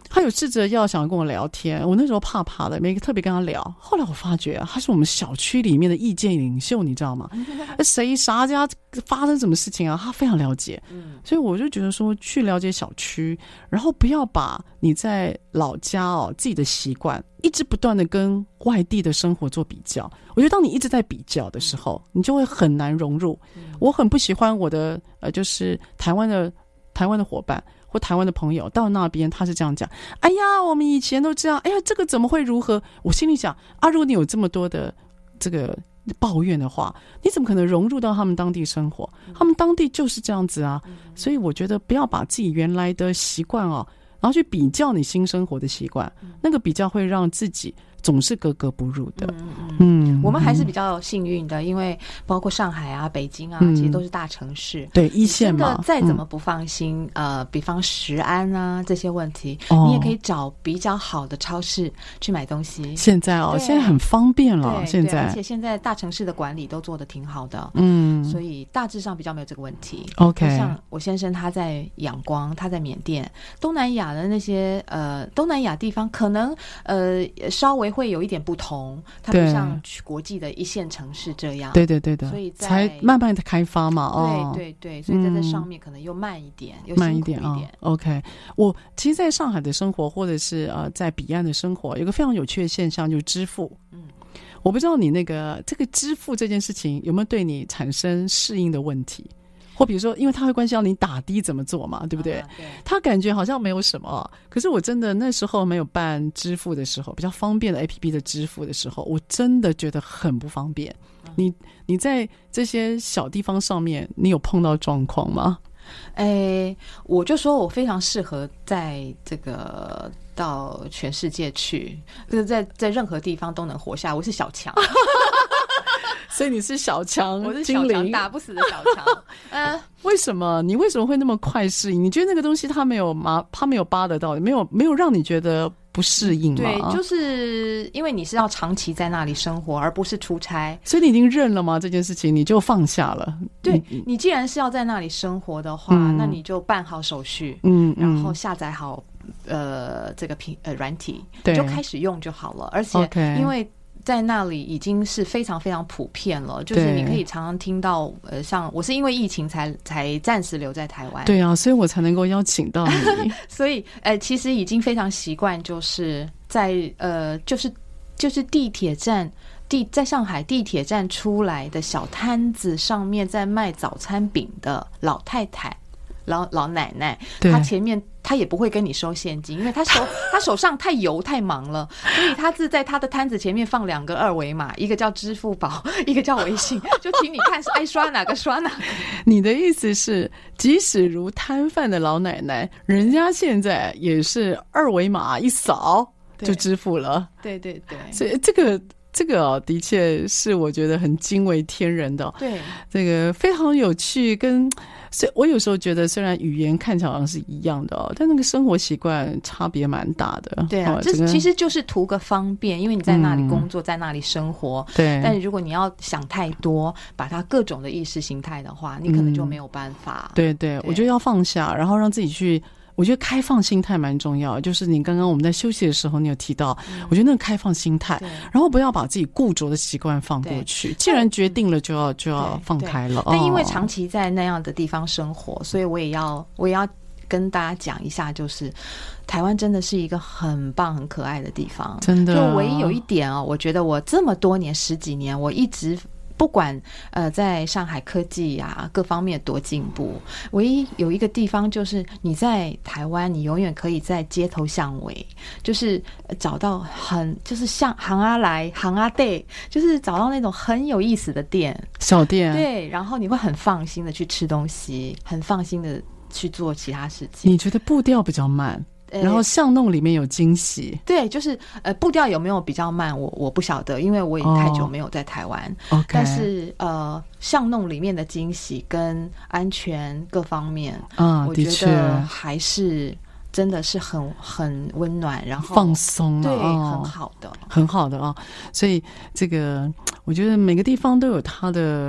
他有试着要想跟我聊天，我那时候怕怕的，没特别跟他聊。后来我发觉啊，他是我们小区里面的意见领袖，你知道吗？谁啥家发生什么事情啊，他非常了解。所以我就觉得说，去了解小区，然后不要把你在老家哦自己的习惯一直不断的跟外地的生活做比较。我觉得当你一直在比较的时候，你就会很难融入。我很不喜欢我的呃，就是台湾的台湾的伙伴。或台湾的朋友到那边他是这样讲，哎呀我们以前都这样，哎呀这个怎么会如何，我心里想啊，如果你有这么多的这个抱怨的话，你怎么可能融入到他们当地生活，他们当地就是这样子啊。所以我觉得不要把自己原来的习惯哦，然后去比较你新生活的习惯，那个比较会让自己总是格格不入的。 嗯嗯，我们还是比较幸运的，因为包括上海啊、北京啊，嗯、其实都是大城市， 对一线嘛。真的再怎么不放心，嗯、呃，比方食安啊这些问题，哦、你也可以找比较好的超市去买东西。 现在哦，现在很方便了，现在而且现在大城市的管理都做得挺好的，嗯，所以大致上比较没有这个问题。 OK， 像我先生他在仰光，他在缅甸，东南亚的那些呃东南亚地方，可能呃稍微会有一点不同，它不像国际的一线城市这样。 对对对的， 所以才慢慢的开发嘛。哦， 对对对，所以在这上面可能又慢一点，嗯、又慢一点啊。 哦、OK， 我其实在上海的生活，或者是呃在彼岸的生活，有个非常有趣的现象，就是支付。嗯，我不知道你那个这个支付这件事情有没有对你产生适应的问题？或比如说，因为它会关系到你打的怎么做嘛，对不对？啊、对，他感觉好像没有什么，可是我真的那时候没有办支付的时候，比较方便的 A P P 的支付的时候，我真的觉得很不方便。嗯、你你在这些小地方上面，你有碰到状况吗？ 哎，我就说我非常适合在这个到全世界去，就是在在任何地方都能活下。我是小强。 所以你是小强， 我是小强，打不死的小强。 呃，为什么你为什么会那么快适应？你觉得那个东西它没有麻，它没有扒得到，没有没有让你觉得不适应吗？ 对，就是因为你是要长期在那里生活，而不是出差， 所以你已经认了吗？这件事情你就放下了。 对，你, 你既然是要在那里生活的话，嗯、那你就办好手续，嗯，然后下载好呃这个平呃软体，你就开始用就好了。而且因为在那里已经是非常非常普遍了，就是你可以常常听到，呃，像我是因为疫情才才暂时留在台湾， 对啊，所以我才能够邀请到你。 所以，呃，其实已经非常习惯，就是在呃，就是就是地铁站地在上海地铁站出来的小摊子上面在卖早餐饼的老太太。老老奶奶，她前面她也不会跟你收现金，因为她手她手上太油太忙了，所以她是在她的摊子前面放两个二维码，一个叫支付宝，一个叫微信，就请你看是爱刷哪个刷哪个。 你的意思是，即使如摊贩的老奶奶，人家现在也是二维码一扫就支付了。 对对对， 所以这个。这个、哦、的确是我觉得很惊为天人的、哦， 对， 这个非常有趣。跟所以我有时候觉得，虽然语言看起来好像是一样的哦，但那个生活习惯差别蛮大的。 对啊，这、哦、其实就是图个方便，因为你在那里工作，嗯、在那里生活。 对， 但如果你要想太多，把它各种的意识形态的话，你可能就没有办法。 嗯、对, 对对，我觉得要放下，然后让自己去。我觉得开放心态蛮重要，就是你刚刚我们在休息的时候，你有提到，嗯、我觉得那个开放心态，然后不要把自己固着的习惯放过去。既然决定了，就要就要放开了。 但因为长期在那样的地方生活，所以我也要我也要跟大家讲一下，就是台湾真的是一个很棒、很可爱的地方。 真的， 就唯一有一点哦，我觉得我这么多年十几年，我一直。不管呃在上海科技啊各方面多进步，唯一有一个地方就是你在台湾，你永远可以在街头巷尾，就是找到很就是像行啊来行啊对，就是找到那种很有意思的店小店， 对，然后你会很放心的去吃东西，很放心的去做其他事情。 你觉得步调比较慢？然后巷弄里面有惊喜， 对，就是呃步调有没有比较慢，我我不晓得，因为我也太久没有在台湾。 哦、 但是呃巷弄里面的惊喜跟安全各方面， 啊、 我觉得还是真的是很很温暖，然后放松、啊， 对， 哦、 很好的， 很好的啊、哦。所以这个我觉得每个地方都有它的。我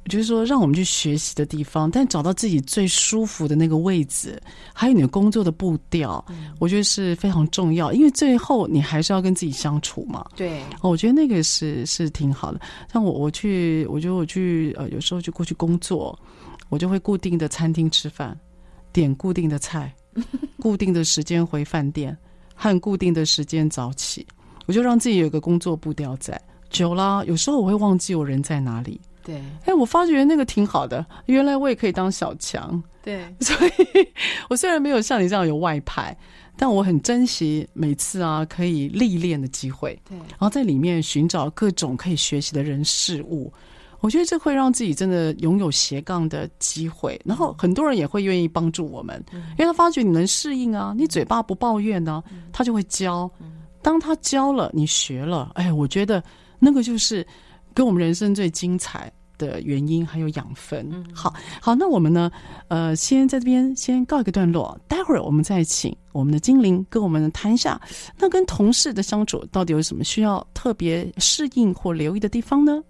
就是说让我们去学习的地方，但找到自己最舒服的那个位置，还有你的工作的步调，嗯、我觉得是非常重要，因为最后你还是要跟自己相处嘛。 对， 哦，我觉得那个是是挺好的。像我我去，我觉得我去呃，有时候就过去工作，我就会固定的餐厅吃饭，点固定的菜，固定的时间回饭店，和固定的时间早起，我就让自己有一个工作步调在。久了，有时候我会忘记我人在哪里。 对， 哎，我发觉那个挺好的，原来我也可以当小强。 对， 所以我虽然没有像你这样有外派，但我很珍惜每次啊可以历练的机会。 对， 然后在里面寻找各种可以学习的人事物。我觉得这会让自己真的拥有斜杠的机会，然后很多人也会愿意帮助我们，嗯、因为他发觉你能适应啊，你嘴巴不抱怨呢、啊，嗯、他就会教。当他教了，你学了，哎，我觉得那个就是跟我们人生最精彩的原因还有养分。嗯、好好，那我们呢，呃，先在这边先告一个段落，待会儿我们再请我们的精灵跟我们谈一下，那跟同事的相处到底有什么需要特别适应或留意的地方呢？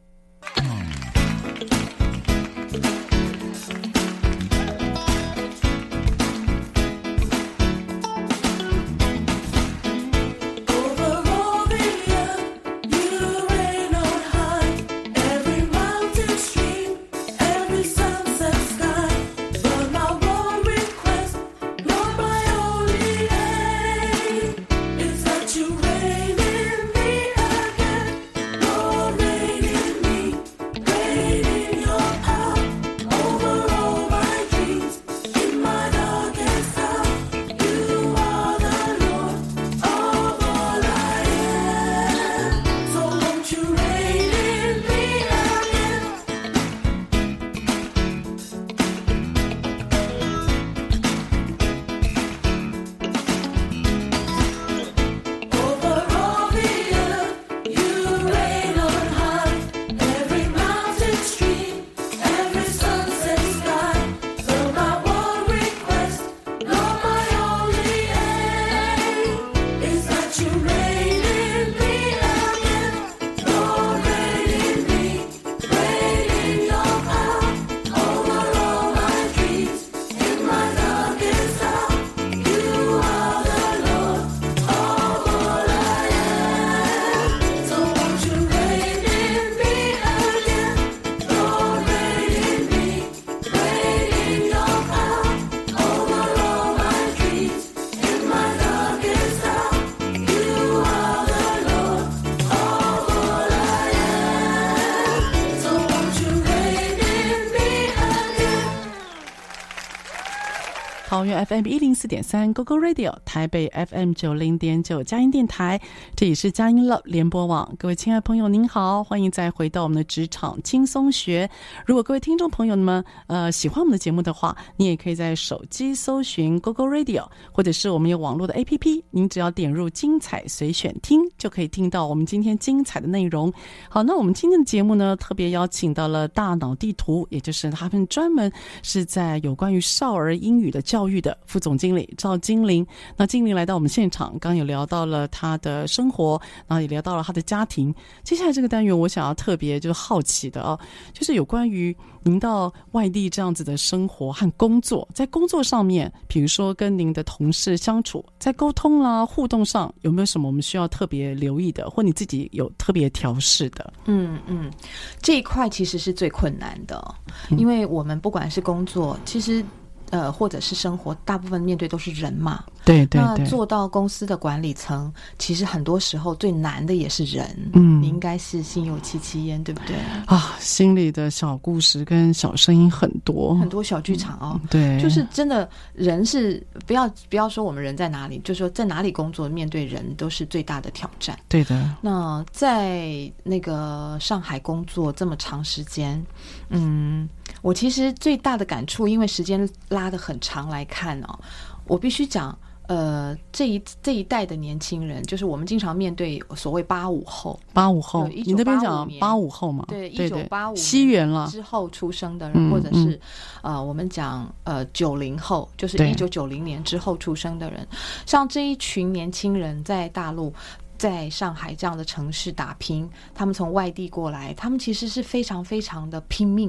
桃园 F M 一零四点三 Go Go Radio， 台北 F M 九零点九佳音电台，这里是佳音 Love 联播网。各位亲爱的朋友您好，欢迎再回到我们的职场轻松学。如果各位听众朋友们呃喜欢我们的节目的话，你也可以在手机搜寻 Go Go Radio， 或者是我们有网络的 A P P， 您只要点入精彩随选听，就可以听到我们今天精彩的内容。好，那我们今天的节目呢，特别邀请到了大脑地图，也就是他们专门是在有关于少儿英语的教育的副总经理赵精灵。那精灵来到我们现场，刚有聊到了他的生活，然后也聊到了他的家庭。接下来这个单元我想要特别就是好奇的啊，就是有关于您到外地这样子的生活和工作，在工作上面，比如说跟您的同事相处，在沟通啦互动上，有没有什么我们需要特别留意的，或你自己有特别调试的？ 嗯嗯，这一块其实是最困难的，因为我们不管是工作，其实呃，或者是生活，大部分面对都是人嘛。 对对对。 那做到公司的管理层，其实很多时候最难的也是人。 嗯， 你应该是心有戚戚焉，对不对？ 啊，心里的小故事跟小声音很多， 很多小剧场哦。 嗯、对， 就是真的人是不要不要说我们人在哪里，就说在哪里工作，面对人都是最大的挑战。 对的。 那在那个上海工作这么长时间，嗯。我其实最大的感触，因为时间拉得很长来看哦，我必须讲，呃，这一这一代的年轻人，就是我们经常面对所谓八五后， 八五后，你那边讲八五后嘛？ 对，一九八五西元了之后出生的人，嗯、或者是、嗯、呃，我们讲呃九零后，就是一九九零年之后出生的人，像这一群年轻人在大陆。在上海这样的城市打拼，他们从外地过来，他们其实是非常非常的拼命的。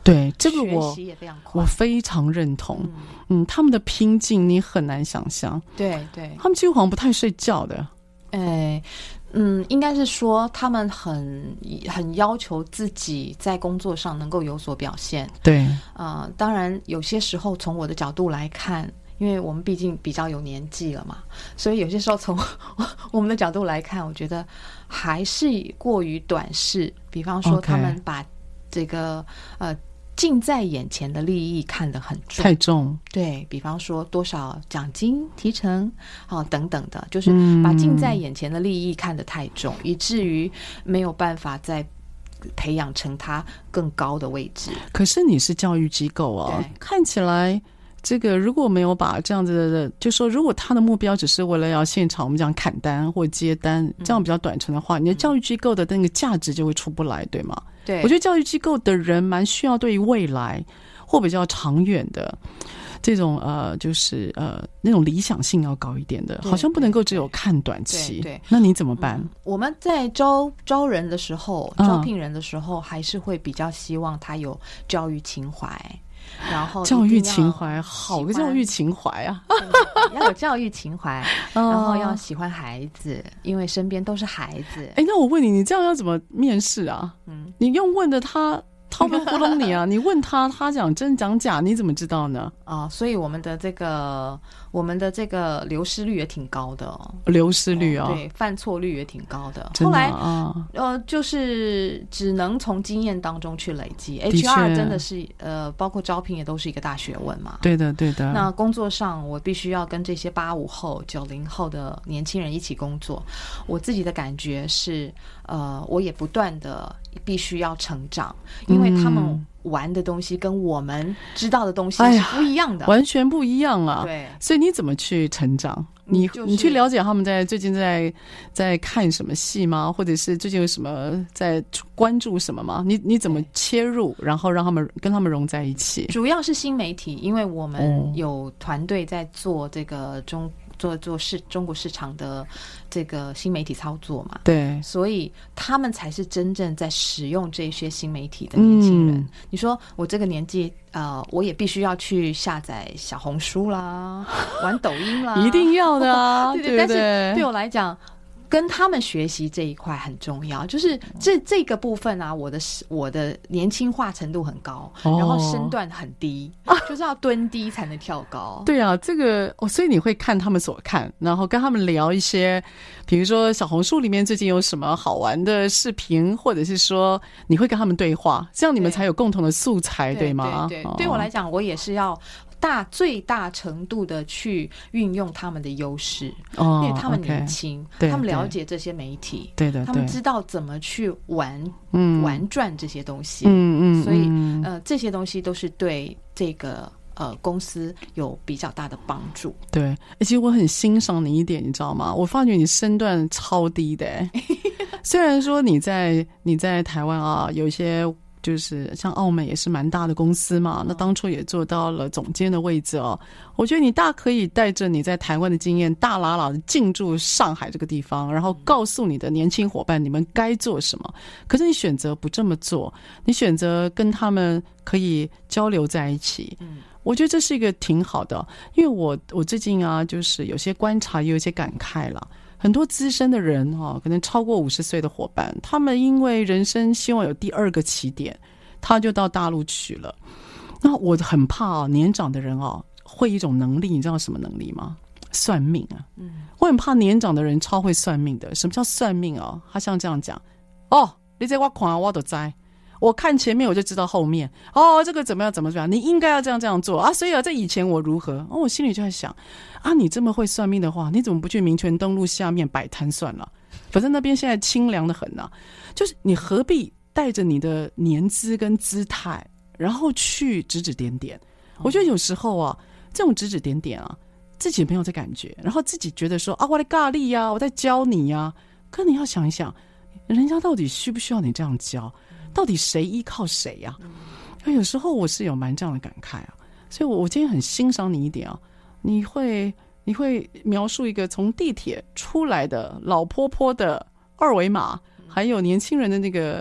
对，这个我学习也非常快， 我非常认同。 嗯， 嗯，他们的拼劲你很难想象。 对对， 他们几乎好像不太睡觉的。 哎，嗯，应该是说他们很很要求自己在工作上能够有所表现。 对， 啊、呃，当然有些时候从我的角度来看，因为我们毕竟比较有年纪了嘛，所以有些时候从我们的角度来看，我觉得还是过于短视。比方说，他们把这个、okay. 呃。近在眼前的利益看得很重， 太重。 对，比方说多少奖金、提成、哦、等等的，就是把近在眼前的利益看得太重，嗯、以至于没有办法再培养成他更高的位置。 可是你是教育机构啊，看起来这个如果没有把这样子的，就说如果他的目标只是为了要现场我们讲砍单或接单，这样比较短程的话，嗯、你的教育机构的那个价值就会出不来，对吗？ 对， 我觉得教育机构的人蛮需要对于未来或比较长远的这种呃，就是呃那种理想性要高一点的，好像不能够只有看短期。 对，对， 那你怎么办？ 嗯、我们在招招人的时候，招聘人的时候，还是会比较希望他有教育情怀。然后教育情怀，好个教育情怀啊！ 要有教育情怀，然后要喜欢孩子，因为身边都是孩子。 哎，那我问你，你这样要怎么面试啊？嗯，你用问的他，他会糊弄你啊？你问他，他讲真讲假，你怎么知道呢？ 啊、哦，所以我们的这个我们的这个流失率也挺高的哦， 流失率啊、哦， 对，犯错率也挺高的。 真的后来啊， 呃，就是只能从经验当中去累积。H R 真的是呃，包括招聘也都是一个大学问嘛。 对的，对的。 那工作上，我必须要跟这些八五后、九零后的年轻人一起工作。我自己的感觉是，呃，我也不断的必须要成长，因为他们玩的东西跟我们知道的东西是不一样的， 哎、完全不一样啊。 对， 所以你怎么去成长？你、就是、你去了解他们在最近在在看什么戏吗？或者是最近有什么在关注什么吗？你你怎么切入，然后让他们跟他们融在一起？ 主要是新媒体，因为我们有团队在做这个中。做做市中国市场的这个新媒体操作嘛， 对， 所以他们才是真正在使用这些新媒体的年轻人。嗯、你说我这个年纪，呃，我也必须要去下载小红书啦，玩抖音啦， 一定要的啊， 对对, 对, 对。 但是对我来讲，跟他们学习这一块很重要，就是这这个部分啊，我的我的年轻化程度很高，哦、然后身段很低，就是要蹲低才能跳高。 对啊，这个哦，所以你会看他们所看，然后跟他们聊一些，比如说小红书里面最近有什么好玩的视频，或者是说你会跟他们对话，这样你们才有共同的素材， 对, 对吗？ 对对，对，对我来讲，我也是要大最大程度的去运用他们的优势，哦、因为他们年轻， okay, 他们了解这些媒体， 对的， 他们知道怎么去玩， 嗯， 玩转这些东西， 嗯嗯， 所以呃，这些东西都是对这个呃公司有比较大的帮助。 对，其实我很欣赏你一点，你知道吗？我发觉你身段超低的，虽然说你在你在台湾啊，有一些。就是像澳门也是蛮大的公司嘛，那当初也做到了总监的位置哦。我觉得你大可以带着你在台湾的经验，大喇喇的进驻上海这个地方，然后告诉你的年轻伙伴你们该做什么。可是你选择不这么做，你选择跟他们可以交流在一起。嗯，我觉得这是一个挺好的，因为我我最近啊，就是有些观察，也有一些感慨了。很多资深的人哈、哦，可能超过五十岁的伙伴，他们因为人生希望有第二个起点，他就到大陆去了。那我很怕啊，年长的人哦，会一种能力，你知道什么能力吗？算命啊。嗯，我很怕年长的人超会算命的。什么叫算命啊？他像这样讲，哦，你在我看我都知。我看前面我就知道后面哦，这个怎么样怎么样，你应该要这样这样做啊！所以啊，在以前我如何？哦，我心里就在想啊，你这么会算命的话，你怎么不去民权东路下面摆摊算了？反正那边现在清凉的很啊，就是你何必带着你的年资跟姿态，然后去指指点点？我觉得有时候啊，这种指指点点啊，自己没有这感觉，然后自己觉得说啊，我的咖喱呀，我在教你呀、啊，可你要想一想，人家到底需不需要你这样教？到底谁依靠谁呀、啊？有时候我是有蛮这样的感慨啊，所以我我今天很欣赏你一点啊，你会你会描述一个从地铁出来的老婆婆的二维码，还有年轻人的那个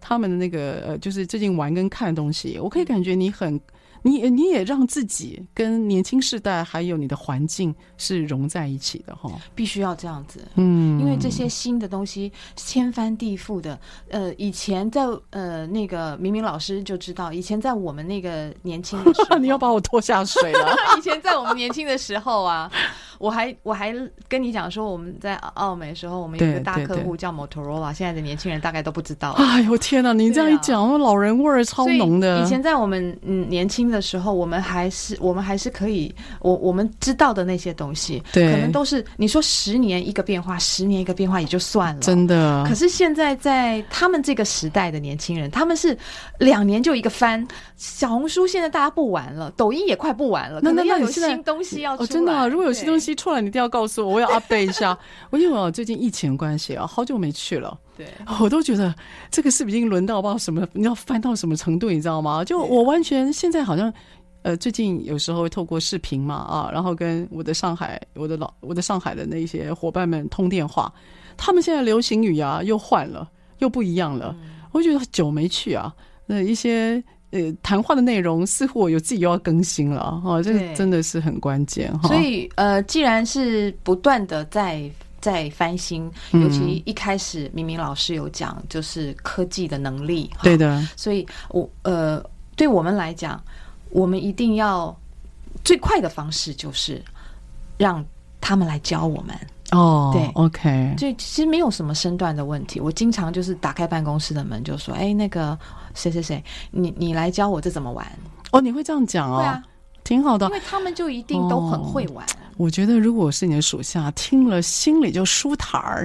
他们的那个呃，就是最近玩跟看的东西，我可以感觉你很。你你也让自己跟年轻世代还有你的环境是融在一起的哈， 必须要这样子， 嗯， 因为这些新的东西天翻地覆的，呃，以前在呃那个明明老师就知道，以前在我们那个年轻的时候， 你要把我拖下水了。 以前在我们年轻的时候啊，我还我还跟你讲说，我们在澳美的时候，我们有一个大客户叫 Motorola， 现在的年轻人大概都不知道。 哎呦天哪，你这样一讲，啊、老人味儿超浓的。 以前在我们嗯年轻的时候，我们还是我们还是可以，我我们知道的那些东西， 对， 可能都是你说十年一个变化，十年一个变化也就算了， 真的。 可是现在在他们这个时代的年轻人，他们是两年就一个翻。小红书现在大家不玩了，抖音也快不玩了， 那那要有新东西要出来。 哦，真的、啊，如果有新东西出来，你一定要告诉我，我要 update 一下。我因为我最近疫情关系啊，好久没去了。 对， 我都觉得这个是不是已经轮到不知道什么，你要翻到什么程度，你知道吗？就我完全现在好像。呃，最近有时候会透过视频嘛，啊，然后跟我的上海、我的老、我的上海的那些伙伴们通电话，他们现在流行语啊又换了，又不一样了。嗯、我觉得久没去啊，那一些呃谈话的内容似乎我有自己又要更新了哈，这个真的是很关键哈。 所以呃，既然是不断的在在翻新，尤其一开始明明老师有讲，就是科技的能力， 对的。 所以我呃，对我们来讲。我们一定要最快的方式就是让他们来教我们哦， 对 ，OK， 就其实没有什么身段的问题。我经常就是打开办公室的门就说：“哎，那个谁谁谁，你你来教我这怎么玩？” 哦，你会这样讲哦？ 对啊， 挺好的， 因为他们就一定都很会玩。哦、 我觉得如果我是你的属下，听了心里就舒坦儿。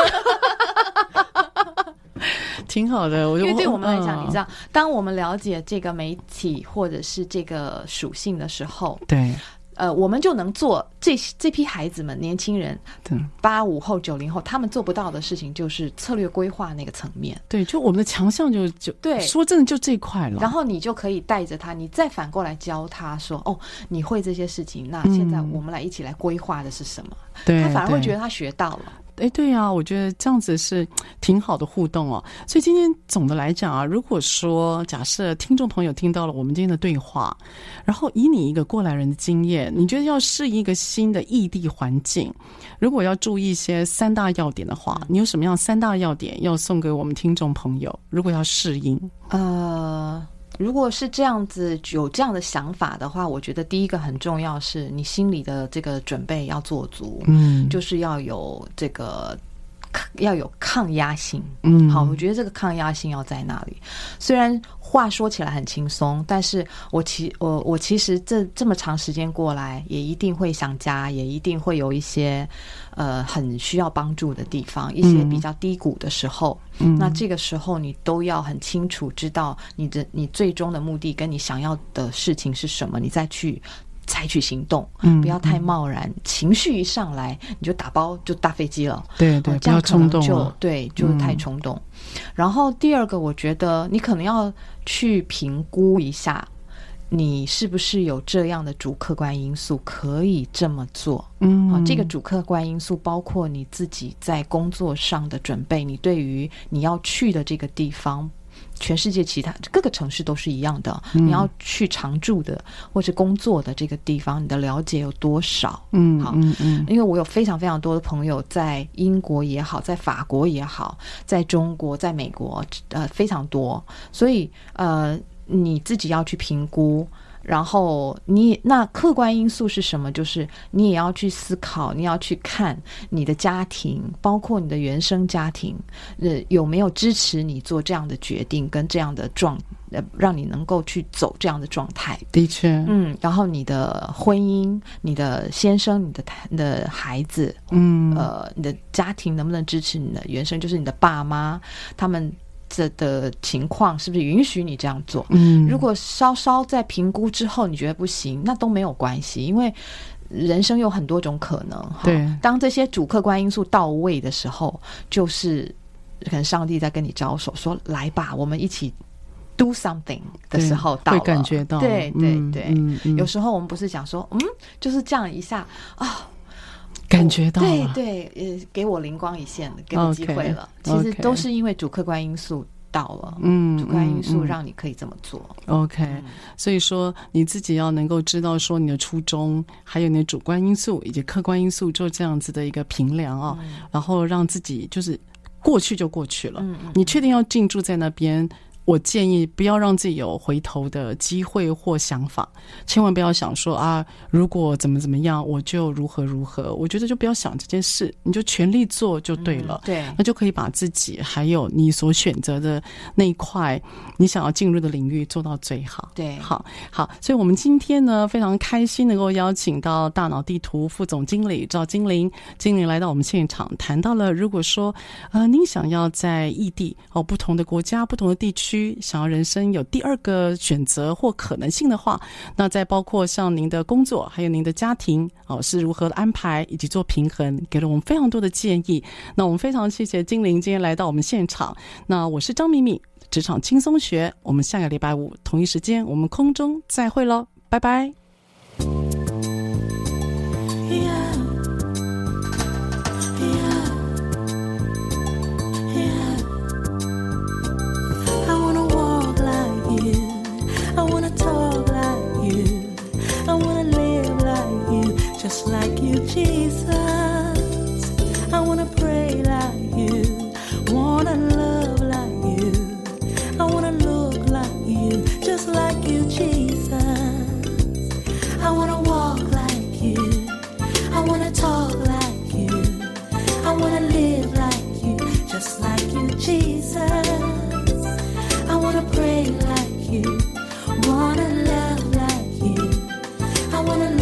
挺好的，我因为对我们来讲， 嗯、 你知道，当我们了解这个媒体或者是这个属性的时候， 对， 呃，我们就能做这这批孩子们、年轻人，八五后、九零后，他们做不到的事情，就是策略规划那个层面。 对，就我们的强项就就对， 说真的就这一块了。 然后你就可以带着他，你再反过来教他说：“哦，你会这些事情，那现在我们来一起来规划的是什么？” 对、 嗯，他反而会觉得他学到了。 哎，对啊，我觉得这样子是挺好的互动哦。所以今天总的来讲啊，如果说假设听众朋友听到了我们今天的对话，然后以你一个过来人的经验，你觉得要适应一个新的异地环境，如果要注意一些三大要点的话，你有什么样三大要点要送给我们听众朋友？如果要适应， 呃。如果是这样子有这样的想法的话，我觉得第一个很重要是你心里的这个准备要做足，嗯，就是要有这个要有抗压性，嗯，好，我觉得这个抗压性要在那里。虽然话说起来很轻松，但是我其我我其实这这么长时间过来，也一定会想家，也一定会有一些呃很需要帮助的地方，一些比较低谷的时候，嗯，那这个时候你都要很清楚知道你的你最终的目的跟你想要的事情是什么，你再去采取行动，嗯，不要太贸然，嗯、情绪一上来你就打包就搭飞机了， 对对，不要冲动了， 对，就是太冲动。嗯、然后第二个，我觉得你可能要去评估一下，你是不是有这样的主客观因素可以这么做。嗯、啊，这个主客观因素包括你自己在工作上的准备，你对于你要去的这个地方。全世界其他各个城市都是一样的，嗯、你要去常住的或是工作的这个地方，你的了解有多少？嗯，好，嗯嗯，因为我有非常非常多的朋友在英国也好，在法国也好，在中国、在美国，呃，非常多，所以呃，你自己要去评估。然后你那客观因素是什么？就是你也要去思考，你要去看你的家庭，包括你的原生家庭，呃，有没有支持你做这样的决定跟这样的状，呃，让你能够去走这样的状态。 的确， 嗯，然后你的婚姻、你的先生、你的你的孩子，嗯，呃，你的家庭能不能支持你的原生，就是你的爸妈，他们。这的情况是不是允许你这样做？嗯，如果稍稍在评估之后你觉得不行，那都没有关系，因为人生有很多种可能。对，当这些主客观因素到位的时候，就是可能上帝在跟你招手说：“来吧，我们一起 do something” 的时候到了， 会感觉到。 对对对，嗯嗯、有时候我们不是讲说，嗯，就是这样一下啊。哦感觉到了， 对对，呃，给我灵光一现了，给我机会了。Okay, 其实都是因为主客观因素到了， 嗯， 主观因素嗯让你可以这么做。 OK，、 嗯、 所以说你自己要能够知道说你的初衷，还有你的主观因素以及客观因素，做这样子的一个评量啊、哦嗯，然后让自己就是过去就过去了。嗯嗯，你确定要进驻在那边？我建议不要让自己有回头的机会或想法，千万不要想说啊，如果怎么怎么样，我就如何如何。我觉得就不要想这件事，你就全力做就对了。嗯、 对， 那就可以把自己还有你所选择的那一块你想要进入的领域做到最好。 对， 好，好，所以我们今天呢非常开心能够邀请到大脑地图副总经理赵金玲，金玲来到我们现场，谈到了如果说呃您想要在异地哦不同的国家、不同的地区。想要人生有第二个选择或可能性的话，那再包括像您的工作还有您的家庭哦是如何的安排以及做平衡，给了我们非常多的建议。那我们非常谢谢金玲今天来到我们现场。那我是张敏敏，职场轻松学，我们下个礼拜五同一时间我们空中再会咯，拜拜。 Just like you, Jesus. I wanna pray like you, wanna love like you. I wanna look like you, just like you, Jesus. I wanna walk like you, I wanna talk like you. I wanna live like you, just like you, Jesus. I wanna pray like you, wanna love like you. I wanna